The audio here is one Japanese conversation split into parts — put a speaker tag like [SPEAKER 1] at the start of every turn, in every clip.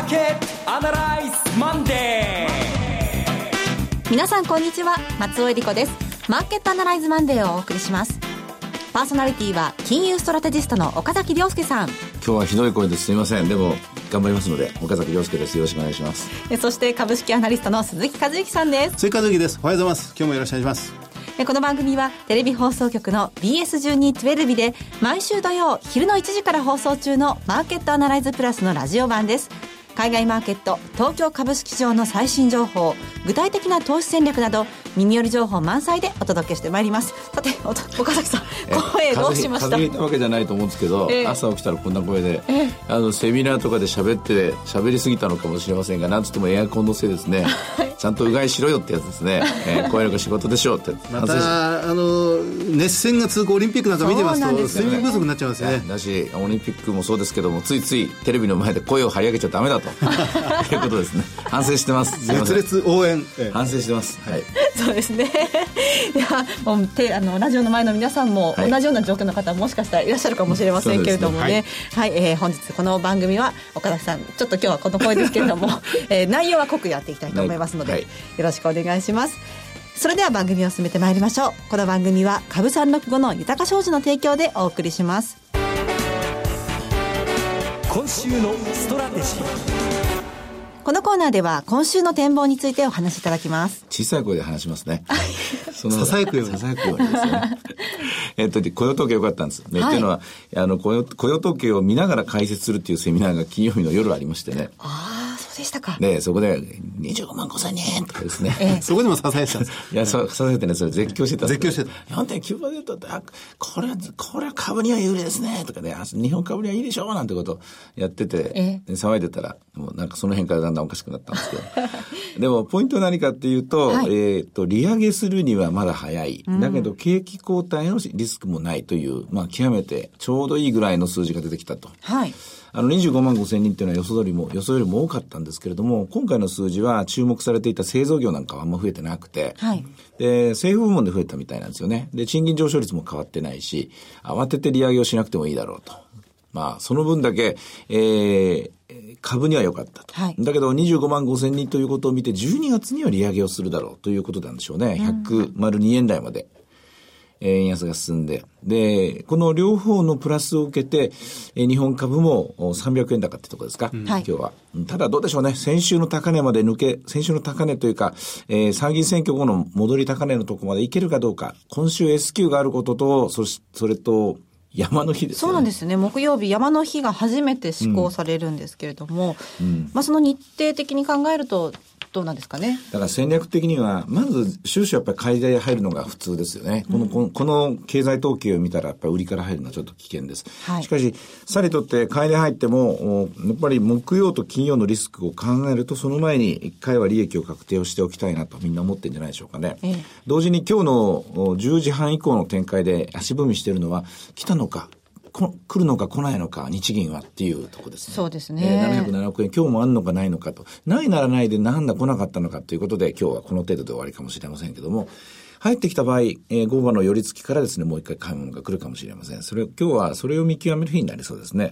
[SPEAKER 1] ーケットアナライズマンデー。
[SPEAKER 2] 皆さんこんにちは、松尾恵理子です。マーケットアナライズマンデーをお送りします。パーソナリティは金融ストラテジストの岡崎亮介さん。
[SPEAKER 3] 今日はひどい声ですいません。でも頑張りますので、岡崎亮介です。よろしくお願いします。
[SPEAKER 2] そして株式アナリストの鈴木和之さんです。
[SPEAKER 4] 鈴木和之です。おはようございます。今日もよろしくお願いします。
[SPEAKER 2] この番組はテレビ放送局の BS1212 で毎週土曜昼の1時から放送中のマーケットアナライズプラスのラジオ版です。海外マーケット、東京株式市場の最新情報、具体的な投資戦略など耳寄り情報満載でお届けしてまいります。さて岡崎さん、声どうしました？
[SPEAKER 3] 風邪ひいたわけじゃないと思うんですけど、朝起きたらこんな声で、セミナーとかで喋りすぎたのかもしれませんが、なんつってもエアコンのせいですね。ちゃんとうがいしろよってやつですね。声の仕事でしょうって
[SPEAKER 4] また熱戦が続くオリンピックなんか見てますと睡眠不足になっちゃいますね。
[SPEAKER 3] だしオリンピックもそうですけども、ついついテレビの前で声を張り上げちゃダメだということですね。反省してます。すいません。
[SPEAKER 4] 熱烈応援、
[SPEAKER 3] 反省してます、はい、
[SPEAKER 2] そうですね。ではラジオの前の皆さんも同じような状況の方もしかしたらいらっしゃるかもしれませんけれどもね、本日この番組は岡崎さん、ちょっと今日はこの声ですけれども内容は濃くやっていきたいと思いますので、よろしくお願いします。それでは番組を進めてまいりましょう。この番組は株365の豊か商事の提供でお送りします。
[SPEAKER 1] 今週のストラテジー。
[SPEAKER 2] このコーナーでは今週の展望についてお話しいただきます。
[SPEAKER 3] 小さい声で話しますね。
[SPEAKER 4] ささやくように
[SPEAKER 3] ですね。雇用統計良かったんです、ね。っていうのは雇用統計を見ながら解説するっていうセミナーが金曜日の夜ありましてね。
[SPEAKER 2] でしたか。
[SPEAKER 3] でそこで25万5千人とかですね、
[SPEAKER 4] そこでも支えてたんです。
[SPEAKER 3] いや、支えてね、それ絶叫してた。
[SPEAKER 4] 絶叫してた。
[SPEAKER 3] 4.9% ってこれは株には有利ですねとかね、日本株にはいいでしょうなんてことをやってて、騒いでたらもうなんかその辺からだんだんおかしくなったんですけどでもポイントは何かっていうと、利上げするにはまだ早い、だけど景気後退のリスクもないという、極めてちょうどいいぐらいの数字が出てきたと。25万5千人っていうのは予想よりも多かったんですけれども、今回の数字は注目されていた製造業なんかはあんま増えてなくて、で政府部門で増えたみたいなんですよね。で賃金上昇率も変わってないし、慌てて利上げをしなくてもいいだろうと。その分だけ、株には良かったと、だけど25万5千人ということを見て12月には利上げをするだろうということなんでしょうね。102円台まで円安が進んで、でこの両方のプラスを受けて日本株も300円高ってとこですか、今日は。ただどうでしょうね、先週の高値まで先週の高値というか、参議院選挙後の戻り高値のところまでいけるかどうか。今週 S q があることと、それと山の日ですね。
[SPEAKER 2] そうなんですね。木曜日山の日が初めて施行されるんですけれども、その日程的に考えるとどうなんですかね。
[SPEAKER 3] だから戦略的にはまず収支はやっぱり買いで入るのが普通ですよね。この経済統計を見たらやっぱり売りから入るのはちょっと危険です、しかしさりとって買いで入ってもやっぱり木曜と金曜のリスクを考えると、その前に一回は利益を確定をしておきたいなとみんな思ってるんじゃないでしょうかね、同時に今日の10時半以降の展開で足踏みしているのは来たのか来るのか来ないのか、日銀はっていうところですね。
[SPEAKER 2] そうですね。
[SPEAKER 3] 707億円今日もあるのかないのかと、ないならないでなんだ来なかったのかということで、今日はこの程度で終わりかもしれませんけども、入ってきた場合、午後の寄り付きからですね、もう一回買い物が来るかもしれません。今日はそれを見極める日になりそうですね。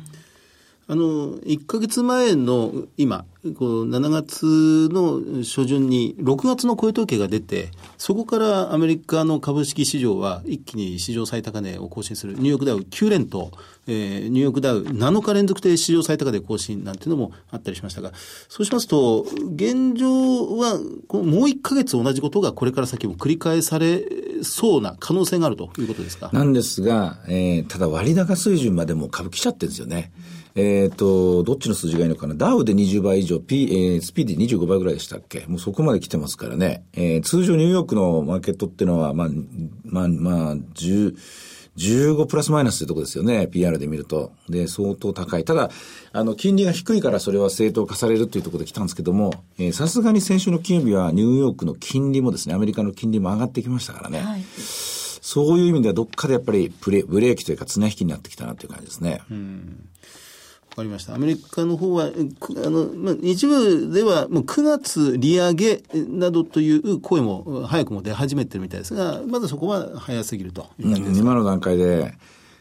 [SPEAKER 4] 1ヶ月前の今、7月の初旬に6月の雇用統計が出て、そこからアメリカの株式市場は一気に史上最高値を更新する。ニューヨークダウ9連と、ニューヨークダウ7日連続で史上最高値更新なんていうのもあったりしましたが、そうしますと、現状はもう1ヶ月同じことがこれから先も繰り返されそうな可能性があるということですか。
[SPEAKER 3] なんですが、ただ割高水準までも株来ちゃってるんですよね。どっちの数字がいいのかな。ダウで20倍以上、スピーディ25倍ぐらいでしたっけ。もうそこまで来てますからね。通常ニューヨークのマーケットっていうのは、15プラスマイナスってとこですよね。PR で見ると。で、相当高い。ただ、金利が低いからそれは正当化されるっていうところで来たんですけども、さすがに先週の金曜日はニューヨークの金利もですね、アメリカの金利も上がってきましたからね。そういう意味ではどっかでやっぱりブレーキというか綱引きになってきたなという感じですね。
[SPEAKER 4] わかりました。アメリカの方は一部ではもう9月利上げなどという声も早くも出始めてるみたいですが、まだそこは早すぎるという感じです。
[SPEAKER 3] 今の段階で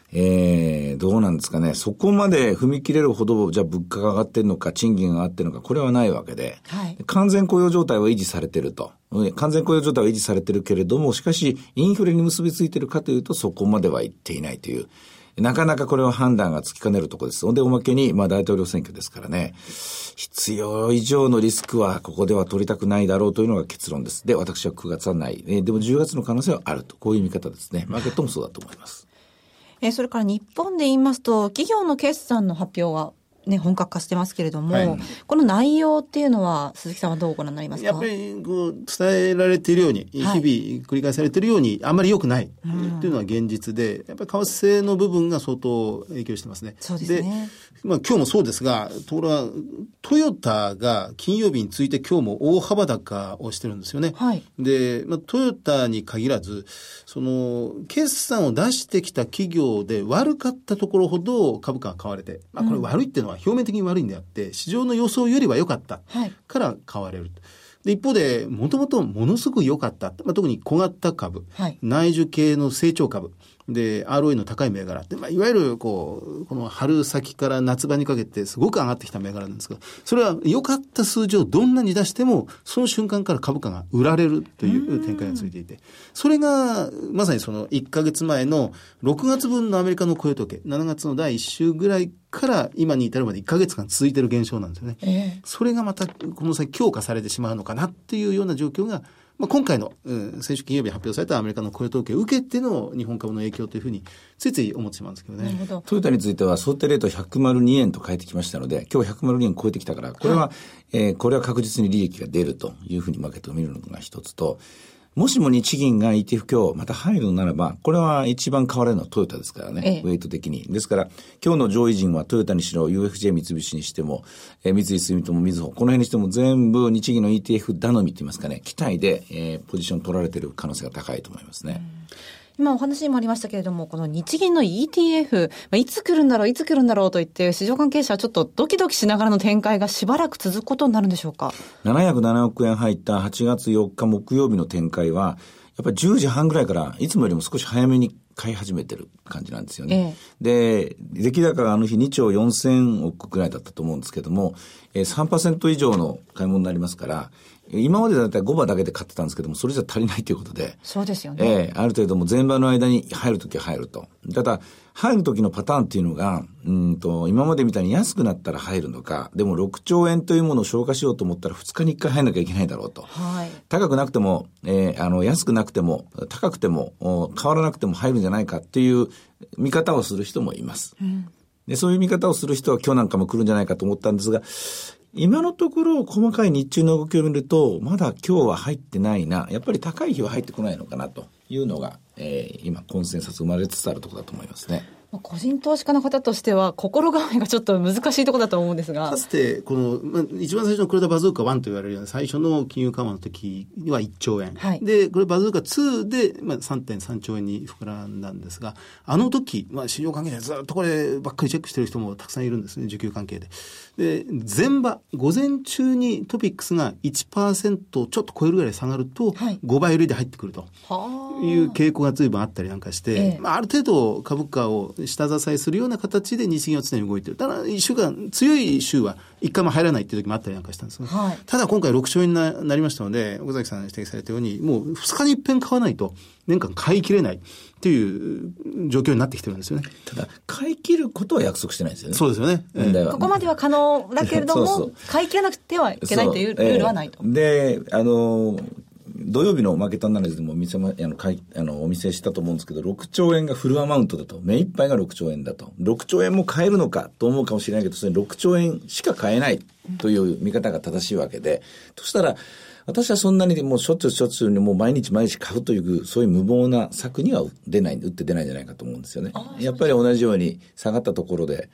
[SPEAKER 3] どうなんですかね。そこまで踏み切れるほど、じゃあ物価が上がってるのか、賃金が上がってるのか、これはないわけで、はい、完全雇用状態は維持されてると。完全雇用状態は維持されてるけれども、しかし、インフレに結びついてるかというと、そこまではいっていないという。なかなかこれは判断がつきかねるところです。で、おまけに、大統領選挙ですからね、必要以上のリスクはここでは取りたくないだろうというのが結論です。で、私は9月はない。でも10月の可能性はあると。こういう見方ですね。マーケットもそうだと思います。
[SPEAKER 2] それから日本で言いますと、企業の決算の発表はね、本格化してますけれども、はい、この内容っていうのは鈴木さんはどうご覧になりますか？
[SPEAKER 4] やっぱり伝えられているように、日々繰り返されているように、あんまり良くないっていうのは現実で、やっぱり為替の部分が相当影響してますね。
[SPEAKER 2] そうですね。
[SPEAKER 4] 今日もそうですが、トヨタが金曜日について今日も大幅高をしてるんですよね。はい、で、トヨタに限らず、決算を出してきた企業で悪かったところほど株価が買われて、これ悪いっていうのは表面的に悪いんであって、市場の予想よりは良かったから買われる。で、一方で、もともとものすごく良かった。特に小型株、内需系の成長株、で、ROE の高い銘柄って、いわゆる、この春先から夏場にかけてすごく上がってきた銘柄なんですが、それは良かった数字をどんなに出しても、その瞬間から株価が売られるという展開がついていて、それが、まさにその1ヶ月前の6月分のアメリカの雇用統計、7月の第1週ぐらいから今に至るまで1ヶ月間続いている現象なんですよね。それがまた、この先強化されてしまうのかなっていうような状況が、今回の、先週金曜日発表されたアメリカの雇用統計を受けての日本株の影響というふうについつい思ってしまうんですけどね。
[SPEAKER 3] トヨタについては想定レート102円と変えてきましたので、今日102円超えてきたから、これは確実に利益が出るというふうにマーケットを見るのが一つと、もしも日銀が ETF 今日また入るならば、これは一番買われるのはトヨタですからね、ウェイト的に。ですから、今日の上位陣はトヨタにしろ、UFJ 三菱にしても、三井住友みずほ、この辺にしても全部日銀の ETF 頼みって言いますかね、期待で、ポジション取られている可能性が高いと思いますね。
[SPEAKER 2] 今お話にもありましたけれども、この日銀の ETF、いつ来るんだろうと言って、市場関係者はちょっとドキドキしながらの展開がしばらく続くことになるんでしょうか。
[SPEAKER 3] 707億円入った8月4日木曜日の展開は、やっぱり10時半ぐらいからいつもよりも少し早めに買い始めてる感じなんですよね。で、出来高があの日2兆4000億くらいだったと思うんですけども、3% 以上の買い物になりますから、今までだったら5場だけで買ってたんですけども、それじゃ足りないということで。
[SPEAKER 2] そうですよね。
[SPEAKER 3] ある程度も前場の間に入るときは入ると。ただ、入るときのパターンっていうのが、今までみたいに安くなったら入るのか、でも6兆円というものを消化しようと思ったら2日に1回入らなきゃいけないだろうと。はい、高くなくても、安くなくても、高くても、変わらなくても入るんじゃないかっていう見方をする人もいます。で、そういう見方をする人は今日なんかも来るんじゃないかと思ったんですが、今のところ細かい日中の動きを見ると、まだ今日は入ってないな。やっぱり高い日は入ってこないのかなというのが、今コンセンサス生まれつつあるところだと思いますね。
[SPEAKER 2] 個人投資家の方としては心構えがちょっと難しいところだと思うんですが。
[SPEAKER 4] かつて、一番最初の黒田バズーカ1と言われるような最初の金融緩和の時には1兆円。はい、で、これバズーカ2で、3.3 兆円に膨らんだんですが、あの時、市場関係者ずっとこればっかりチェックしてる人もたくさんいるんですね、需給関係で。で、前場、午前中にトピックスが 1% ちょっと超えるぐらい下がると、5倍売りで入ってくるという傾向が随分あったりなんかして、ある程度株価を下支えするような形で日銀は常に動いている。ただ、1週間、強い週は1回も入らないっていう時もあったりなんかしたんですが、ただ今回6兆円になりましたので、岡崎さんが指摘されたように、もう2日に一遍買わないと年間買い切れないっていう状況になってきてるんですよね。
[SPEAKER 3] ただ、買い切ることは約束してないですよね。
[SPEAKER 4] そうですよね。
[SPEAKER 2] 問題はここまでは可能だけれども、そう買い切らなくてはいけないというルールはないと。
[SPEAKER 3] で、土曜日のマーケットアナリズムもお見せしたと思うんですけど、6兆円がフルアマウントだと。目いっぱいが6兆円だと。6兆円も買えるのかと思うかもしれないけど、それ6兆円しか買えないという見方が正しいわけで、そしたら、私はそんなにもうしょっちゅうにもう毎日買うという、そういう無謀な策には打って出ないんじゃないかと思うんですよね。やっぱり同じように下がったところで、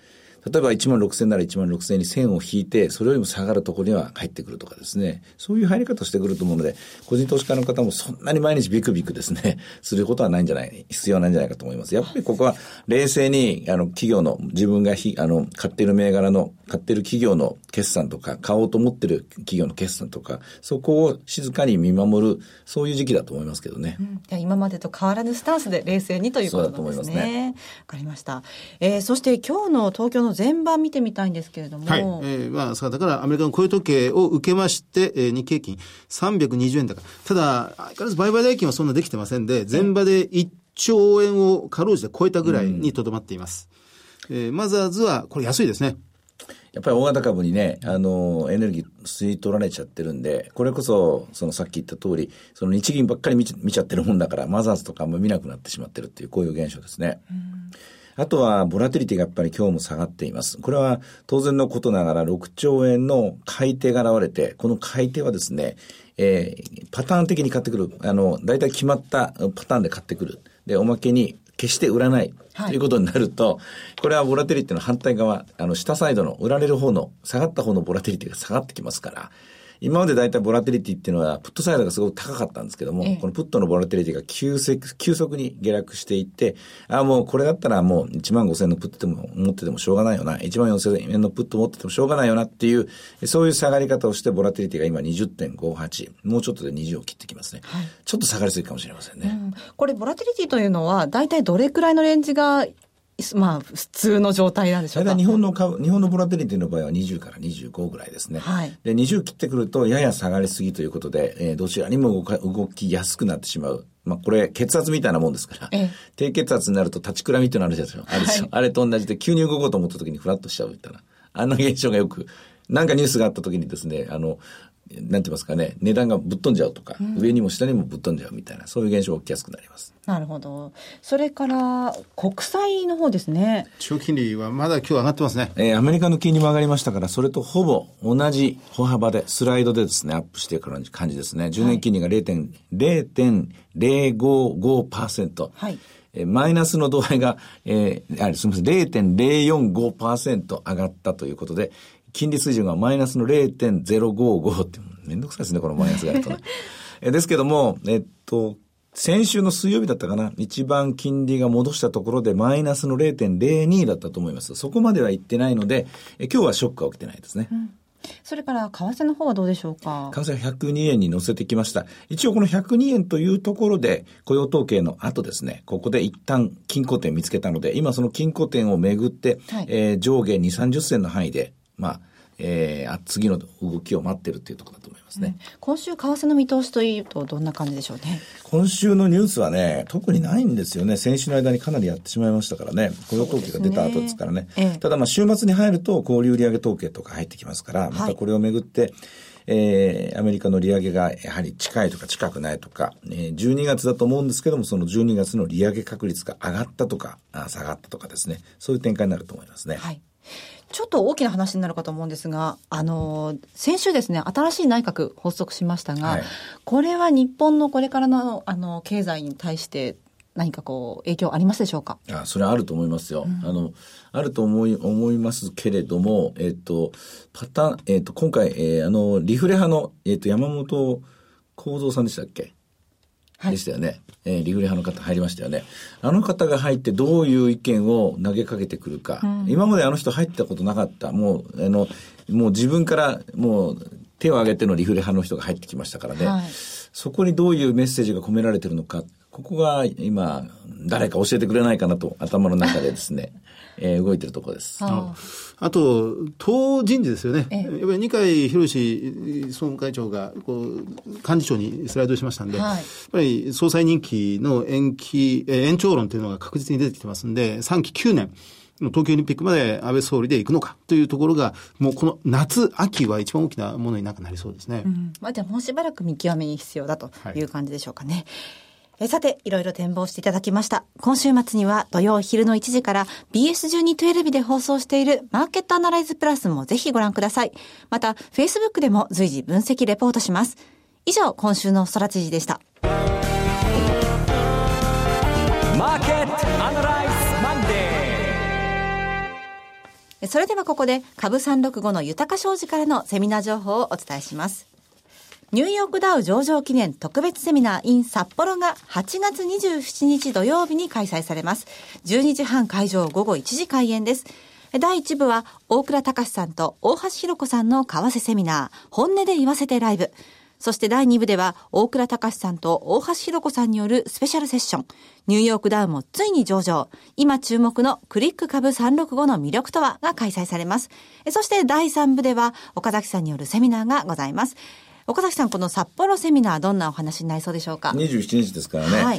[SPEAKER 3] 例えば16,000なら16,000に線を引いて、それよりも下がるところには入ってくるとかですね、そういう入り方をしてくると思うので、個人投資家の方もそんなに毎日ビクビクですね、することはないんじゃない、必要ないんじゃないかと思います。やっぱりここは冷静に、企業の、自分が買っている銘柄の、買っている企業の決算とか、買おうと思っている企業の決算とか、そこを静かに見守る、そういう時期だと思いますけどね。
[SPEAKER 2] じゃあ今までと変わらぬスタンスで冷静にということなんですね。そうだと思いますね。わかりました。そして今日の東京の前場見てみたいんですけれども。
[SPEAKER 4] はい。だからアメリカの雇用統計を受けまして、日経平均320円高。ただ、相変わらず売買代金はそんなできてませんで、前場で1兆円をかろうじて超えたぐらいにとどまっています。マザーズはこれ安いですね。
[SPEAKER 3] やっぱり大型株にね、エネルギー吸い取られちゃってるんで、これこそ、さっき言った通り、日銀ばっかり見ちゃってるもんだから、マザーズとかも見なくなってしまってるっていう、こういう現象ですね。あとは、ボラティリティがやっぱり今日も下がっています。これは当然のことながら6兆円の買い手が現れて、この買い手はですね、パターン的に買ってくる。だいたい決まったパターンで買ってくる。で、おまけに、決して売らないということになると、これはボラティリティの反対側、下サイドの売られる方の、下がった方のボラティリティが下がってきますから、今までだいたいボラティリティっていうのは、プットサイドがすごく高かったんですけども、このプットのボラティリティが急速に下落していって、もうこれだったらもう15,000円のプットでも持っててもしょうがないよな、14,000円のプット持っててもしょうがないよなっていう、そういう下がり方をして、ボラティリティが今 20.58、もうちょっとで20を切ってきますね。はい、ちょっと下がりすぎかもしれませんね。
[SPEAKER 2] これボラティリティというのは、だいたいどれくらいのレンジが普通の状態なんでしょうか。
[SPEAKER 3] 日本のボラティリティの場合は20から25ぐらいですね。はい。で、20切ってくるとやや下がりすぎということで、どちらにも動きやすくなってしまう。これ、血圧みたいなもんですから。低血圧になると立ちくらみっていうのあるじゃないですか。あるでしょ。あれと同じで急に動こうと思った時にフラッとしちゃうみたいな。あんな現象がよく、なんかニュースがあった時にですね、なんて言いますかね、値段がぶっ飛んじゃうとか、上にも下にもぶっ飛んじゃうみたいな、そういう現象が起きやすくなります。
[SPEAKER 2] なるほど。それから国債の方ですね。
[SPEAKER 4] 長期金利はまだ今日上がってますね。
[SPEAKER 3] アメリカの金利も上がりましたから、それとほぼ同じ歩幅でスライドでですね、アップしていく感じですね。10年金利が 0.055%、はい、マイナスの度合いが、すみません、0.045% 上がったということで、金利水準がマイナスの 0.055 ってめんどくさいですね、このマイナスがあるとね。ですけども、先週の水曜日だったかな、一番金利が戻したところでマイナスの 0.02 だったと思います。そこまでは行ってないので、今日はショックは起きてないですね。
[SPEAKER 2] それから為替の方はどうでしょうか。
[SPEAKER 3] 為替は102円に乗せてきました。一応この102円というところで雇用統計の後ですね、ここで一旦均衡点見つけたので、今その均衡点をめぐって、はい、上下2、30銭の範囲で次の動きを待っているというところだと思いますね。
[SPEAKER 2] 今週為替の見通しというとどんな感じでしょうね。
[SPEAKER 3] 今週のニュースはね、特にないんですよね。先週の間にかなりやってしまいましたからね。雇用統計が出た後ですからね。ただ週末に入ると小売売上統計とか入ってきますから、またこれをめぐって、アメリカの利上げがやはり近いとか近くないとか、12月だと思うんですけども、その12月の利上げ確率が上がったとか下がったとかですね、そういう展開になると思いますね。はい。
[SPEAKER 2] ちょっと大きな話になるかと思うんですが、先週ですね、新しい内閣発足しましたが、はい、これは日本のこれからの経済に対して何か影響ありますでしょうか。
[SPEAKER 3] それはあると思いますよ。あると思いますけれども、今回、リフレ派の、山本幸三さんでしたっけ、はい、でしたよね。リフレ派の方入りましたよね。あの方が入ってどういう意見を投げかけてくるか。今まであの人入ったことなかった。もう自分からもう手を挙げてのリフレ派の人が入ってきましたからね。はい、そこにどういうメッセージが込められてるのか。ここが今、誰か教えてくれないかなと頭の中でですね、動いてるところです。
[SPEAKER 4] あと、党人事ですよね。やっぱり二階博総務会長が幹事長にスライドしましたんで、はい、やっぱり総裁任期の延長論というのが確実に出てきてますんで、3期9年。東京オリンピックまで安倍総理で行くのかというところが、もうこの夏、秋は一番大きなものになりそうですね。
[SPEAKER 2] じゃあもうしばらく見極めに必要だという感じでしょうかね。はい、さて、いろいろ展望していただきました。今週末には土曜昼の1時から BS12-12 で放送しているマーケットアナライズプラスもぜひご覧ください。また、Facebook でも随時分析レポートします。以上、今週のストラテジーでした。
[SPEAKER 1] マーケットアナライズマンデ
[SPEAKER 2] それではここで株365の豊か商事からのセミナー情報をお伝えします。ニューヨークダウ上場記念特別セミナー in 札幌が8月27日土曜日に開催されます。12時半会場、午後1時開演です。第1部は大倉隆さんと大橋ひろ子さんの為替セミナー、本音で言わせてライブ。そして第2部では大倉隆さんと大橋ひろ子さんによるスペシャルセッション、ニューヨークダウもついに上場、今注目のクリック株365の魅力とはが開催されます。そして第3部では岡崎さんによるセミナーがございます。岡崎さん、この札幌セミナーどんなお話になりそうでしょうか。
[SPEAKER 3] 27日ですからね、はい、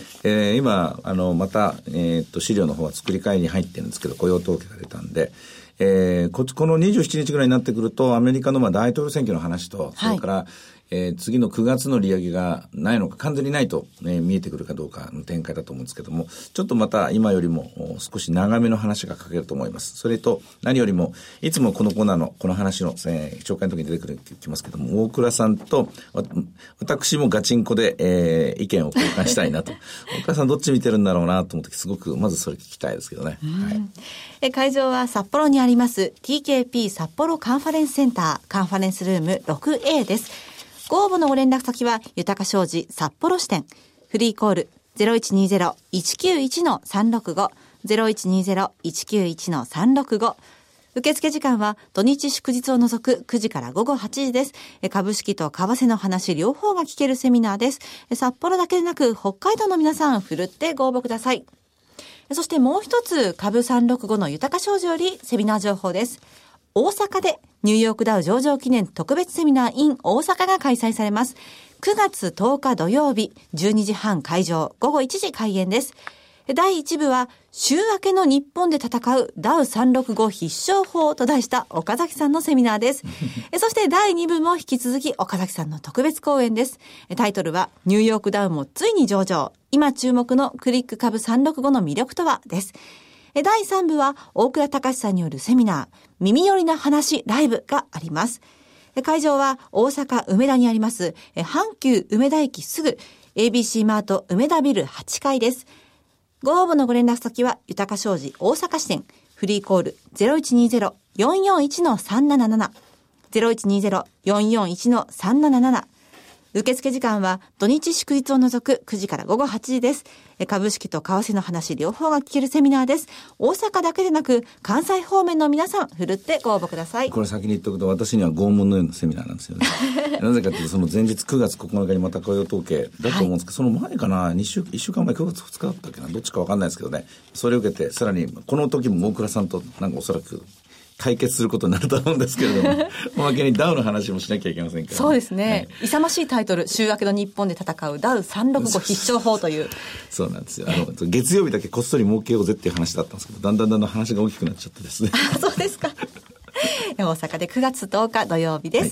[SPEAKER 3] 今また、資料の方は作り替えに入ってるんですけど、雇用統計が出たんで、この27日ぐらいになってくるとアメリカの大統領選挙の話と、それから、次の9月の利上げがないのか、完全にないと、見えてくるかどうかの展開だと思うんですけども、ちょっとまた今よりも少し長めの話が書けると思います。それと何よりもいつもこのコーナーのこの話の、紹介の時に出てきますけども、大倉さんと私もガチンコで、意見を交換したいなと大倉さんどっち見てるんだろうなと思ってすごくまずそれ聞きたいですけどね。
[SPEAKER 2] はい、会場は札幌にあります TKP 札幌カンファレンスセンターカンファレンスルーム 6A です。ご応募のご連絡先は豊か商事札幌支店、フリーコール 0120-191-365 0120-191-365。受付時間は土日祝日を除く9時から午後8時です。株式と為替の話両方が聞けるセミナーです。札幌だけでなく北海道の皆さん、ふるってご応募ください。そしてもう一つ、株365の豊か商事よりセミナー情報です。大阪でニューヨークダウ上場記念特別セミナー in 大阪が開催されます。9月10日土曜日、12時半会場、午後1時開演です。第1部は週明けの日本で戦うダウ365必勝法と題した岡崎さんのセミナーです。そして第2部も引き続き岡崎さんの特別講演です。タイトルはニューヨークダウもついに上場、今注目のクリック株365の魅力とはです。第3部は大倉隆さんによるセミナー、耳寄りな話ライブがあります。会場は大阪梅田にあります阪急梅田駅すぐ ABC マート梅田ビル8階です。ご応募のご連絡先は豊か商事大阪支店、フリーコール 0120-441-377 0120-441-377。受付時間は土日祝日を除く9時から午後8時です。株式と為替の話両方が聞けるセミナーです。大阪だけでなく関西方面の皆さん、ふるってご応募ください。
[SPEAKER 3] これ先に言っておくと、私には拷問のようなセミナーなんですよね。なぜかというと、その前日9月9日にまた雇用統計だと思うんですけど、その前かな、1週間前9月2日だったっけな、どっちか分かんないですけどね、それを受けてさらにこの時も大倉さんとなんかおそらく対決することになると思うんですけれどもおまけにダウの話もしなきゃいけませんけど、ね、
[SPEAKER 2] そうですね、はい、勇ましいタイトル、週明けの日本で戦うダウ365必勝法という
[SPEAKER 3] そうなんですよ。月曜日だけこっそり儲けようぜっていう話だったんですけど、だんだん話が大きくなっちゃってですね
[SPEAKER 2] そうですか大阪で9月10日土曜日です、はい。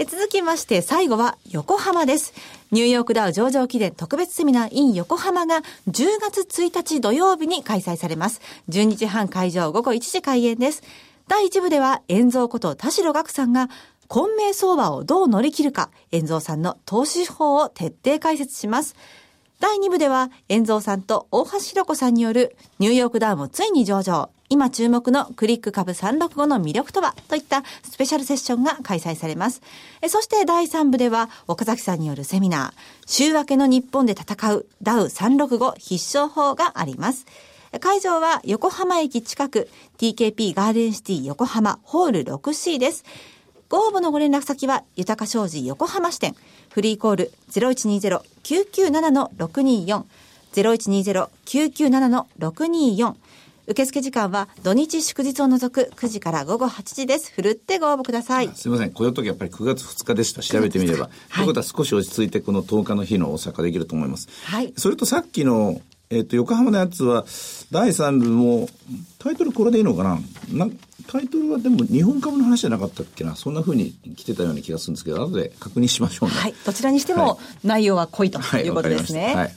[SPEAKER 2] 続きまして最後は横浜です。ニューヨークダウ上場記念特別セミナー in 横浜が10月1日土曜日に開催されます。12時半会場、午後1時開演です。第1部では遠蔵こと田代岳さんが混迷相場をどう乗り切るか、遠蔵さんの投資法を徹底解説します。第2部では遠蔵さんと大橋ひろ子さんによるニューヨークダウもついに上場、今注目のクリック株365の魅力とはといったスペシャルセッションが開催されます。そして第3部では岡崎さんによるセミナー、週明けの日本で戦うダウ365必勝法があります。会場は横浜駅近く TKP ガーデンシティ横浜ホール 6C です。ご応募のご連絡先は豊か商事横浜支店、フリーコール 0120-997-624 0120-997-624。受付時間は土日祝日を除く9時から午後8時です。ふるってご応募ください。
[SPEAKER 3] すみません、この時やっぱり9月2日でした。調べてみれば、ということは少し落ち着いてこの10日の日の大阪できると思います。はい、それとさっきの横浜のやつは第3部もタイトルこれでいいのかな、タイトルはでも日本株の話じゃなかったっけな、そんな風に来てたような気がするんですけど、後で確認しましょうね。
[SPEAKER 2] はい、どちらにしても内容は濃いということですね。はい、はい。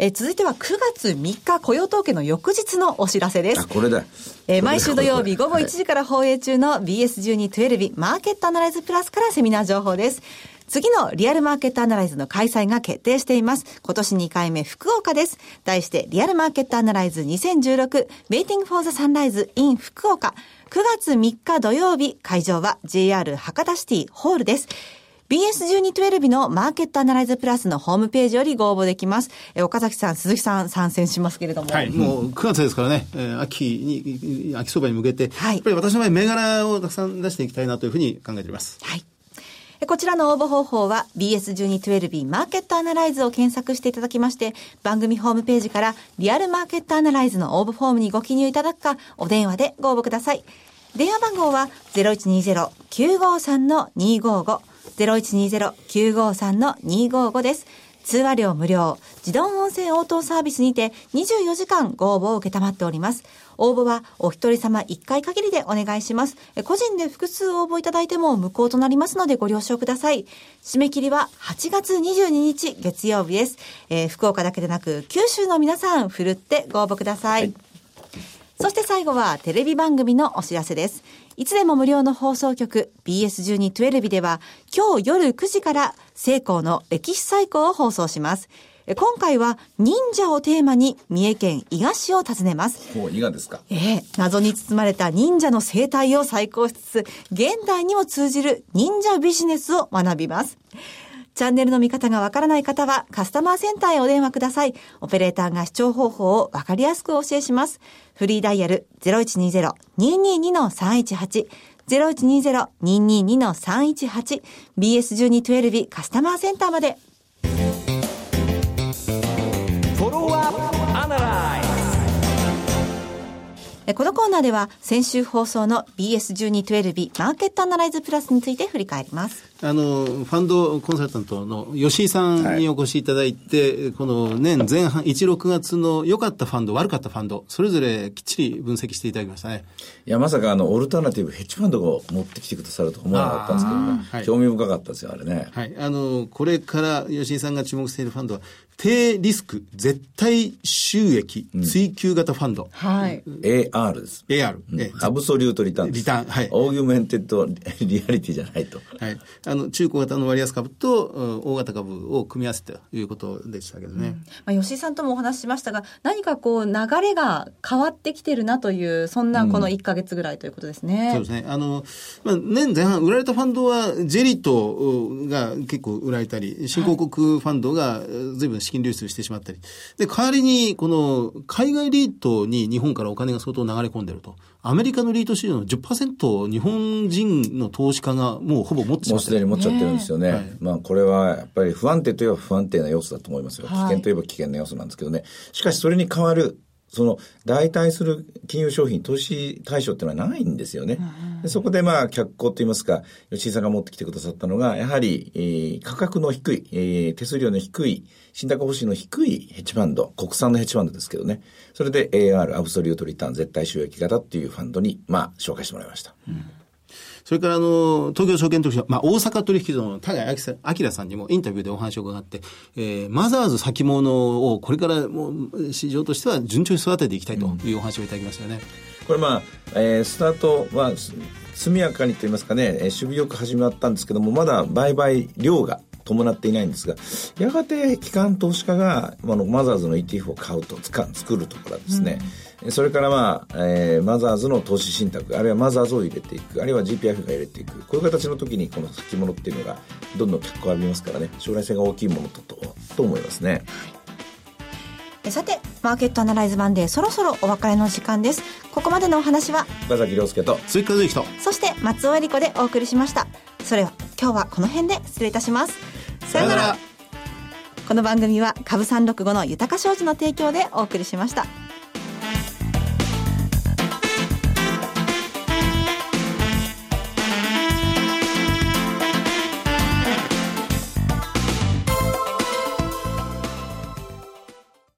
[SPEAKER 2] 続いては9月3日雇用統計の翌日のお知らせです。
[SPEAKER 3] あ、これだ。
[SPEAKER 2] 毎週土曜日午後1時から放映中の BS12-12 マーケットアナライズプラスからセミナー情報です。 次のリアルマーケットアナライズの開催が決定しています。今年2回目福岡です。題してリアルマーケットアナライズ2016 Waiting for the Sunrise in 福岡。9月3日土曜日、会場は JR 博多シティホールです。BS1212 のマーケットアナライズプラスのホームページよりご応募できます。岡崎さん、鈴木さん参戦しますけれども。
[SPEAKER 4] はい、もう9月ですからね、秋相場に向けて、やっぱり私の場合銘柄をたくさん出していきたいなというふうに考えております。
[SPEAKER 2] はい。こちらの応募方法は BS1212 マーケットアナライズを検索していただきまして、番組ホームページからリアルマーケットアナライズの応募フォームにご記入いただくか、お電話でご応募ください。電話番号は 0120-953-255 0120-953-255 です。通話料無料、自動音声応答サービスにて24時間ご応募を受けたまっております。応募はお一人様1回限りでお願いします。個人で複数応募いただいても無効となりますのでご了承ください。締め切りは8月22日月曜日です。福岡だけでなく九州の皆さんふるってご応募ください。はい、そして最後はテレビ番組のお知らせです。いつでも無料の放送局 BS1212 では今日夜9時からセイコーの歴史最高を放送します。今回は忍者をテーマに三重県伊賀市を訪ねます。
[SPEAKER 3] 伊賀ですか。
[SPEAKER 2] 謎に包まれた忍者の生態を再考しつつ、現代にも通じる忍者ビジネスを学びます。チャンネルの見方がわからない方はカスタマーセンターへお電話ください。オペレーターが視聴方法をわかりやすくお教えします。フリーダイヤル 0120-222-318 0120-222-318 BS1212 カスタマーセンターまで。このコーナーでは先週放送の BS1212 マーケットアナライズプラスについて振り返ります。
[SPEAKER 4] ファンドコンサルタントの吉井さんにお越しいただいて、この年前半1、6月の良かったファンド、悪かったファンド、それぞれきっちり分析していただきましたね。
[SPEAKER 3] いや、まさかオルタナティブヘッジファンドを持ってきてくださると思わなかったんですけどね。はい、興味深かったですよ、あれね。
[SPEAKER 4] はい。これから吉井さんが注目しているファンドは、低リスク、絶対収益、追求型ファンド。
[SPEAKER 2] はい。
[SPEAKER 3] AR です。
[SPEAKER 4] AR。
[SPEAKER 3] アブソリュートリターンです。
[SPEAKER 4] リターン。はい。
[SPEAKER 3] オーギュメンテッドリアリティじゃないと。
[SPEAKER 4] はい。中小型の割安株と大型株を組み合わせたということでしたけどね。
[SPEAKER 2] 吉井さんともお話ししましたが、何かこう流れが変わってきてるなという、そんなこの1ヶ月ぐらいということですね。
[SPEAKER 4] そうですね。年前半売られたファンドはジェリットが結構売られたり、新興国ファンドが随分資金流出してしまったり。で、代わりにこの海外リートに日本からお金が相当流れ込んでると。アメリカのリート市場の 10% 日本人の投資家がもうほぼ持ってしまってる。
[SPEAKER 3] もうすでに持っちゃってるんですよね。はい、これはやっぱり不安定といえば不安定な要素だと思いますよ。危険といえば危険な要素なんですけどね。しかしそれに代わる代替する金融商品、投資対象っていうのはないんですよね。でそこで脚光といいますか、吉井さんが持ってきてくださったのが、やはり、価格の低い、手数料の低い、信託報酬の低いヘッジファンド、国産のヘッジファンドですけどね。それで AR、アブソリュートリターン、絶対収益型っていうファンドに、紹介してもらいました。
[SPEAKER 4] それから東京証券取引所、大阪取引所の田谷明さんにもインタビューでお話を伺って、マザーズ先物をこれからもう市場としては順調に育てていきたいというお話をいただきましたよね。
[SPEAKER 3] これスタートは速やかにと言いますかね、守備よく始まったんですけども、まだ売買量が伴っていないんですが、やがて機関投資家がマザーズの ETF を買うと作るとかですね、それからマザーズの投資信託、あるいはマザーズを入れていく、あるいは GPIF が入れていく、こういう形の時にこの先物っていうのがどんどん脚光を浴びますからね、将来性が大きいものと思いますね。
[SPEAKER 2] さて、マーケットアナライズマンデー、そろそろお別れの時間です。ここまでのお話は
[SPEAKER 3] 岡崎亮介と
[SPEAKER 4] 鈴木和之と、
[SPEAKER 2] そして松尾恵理子でお送りしました。それは今日はこの辺で失礼いたします。さよなら。この番組は株365の豊か商事の提供でお送りしました。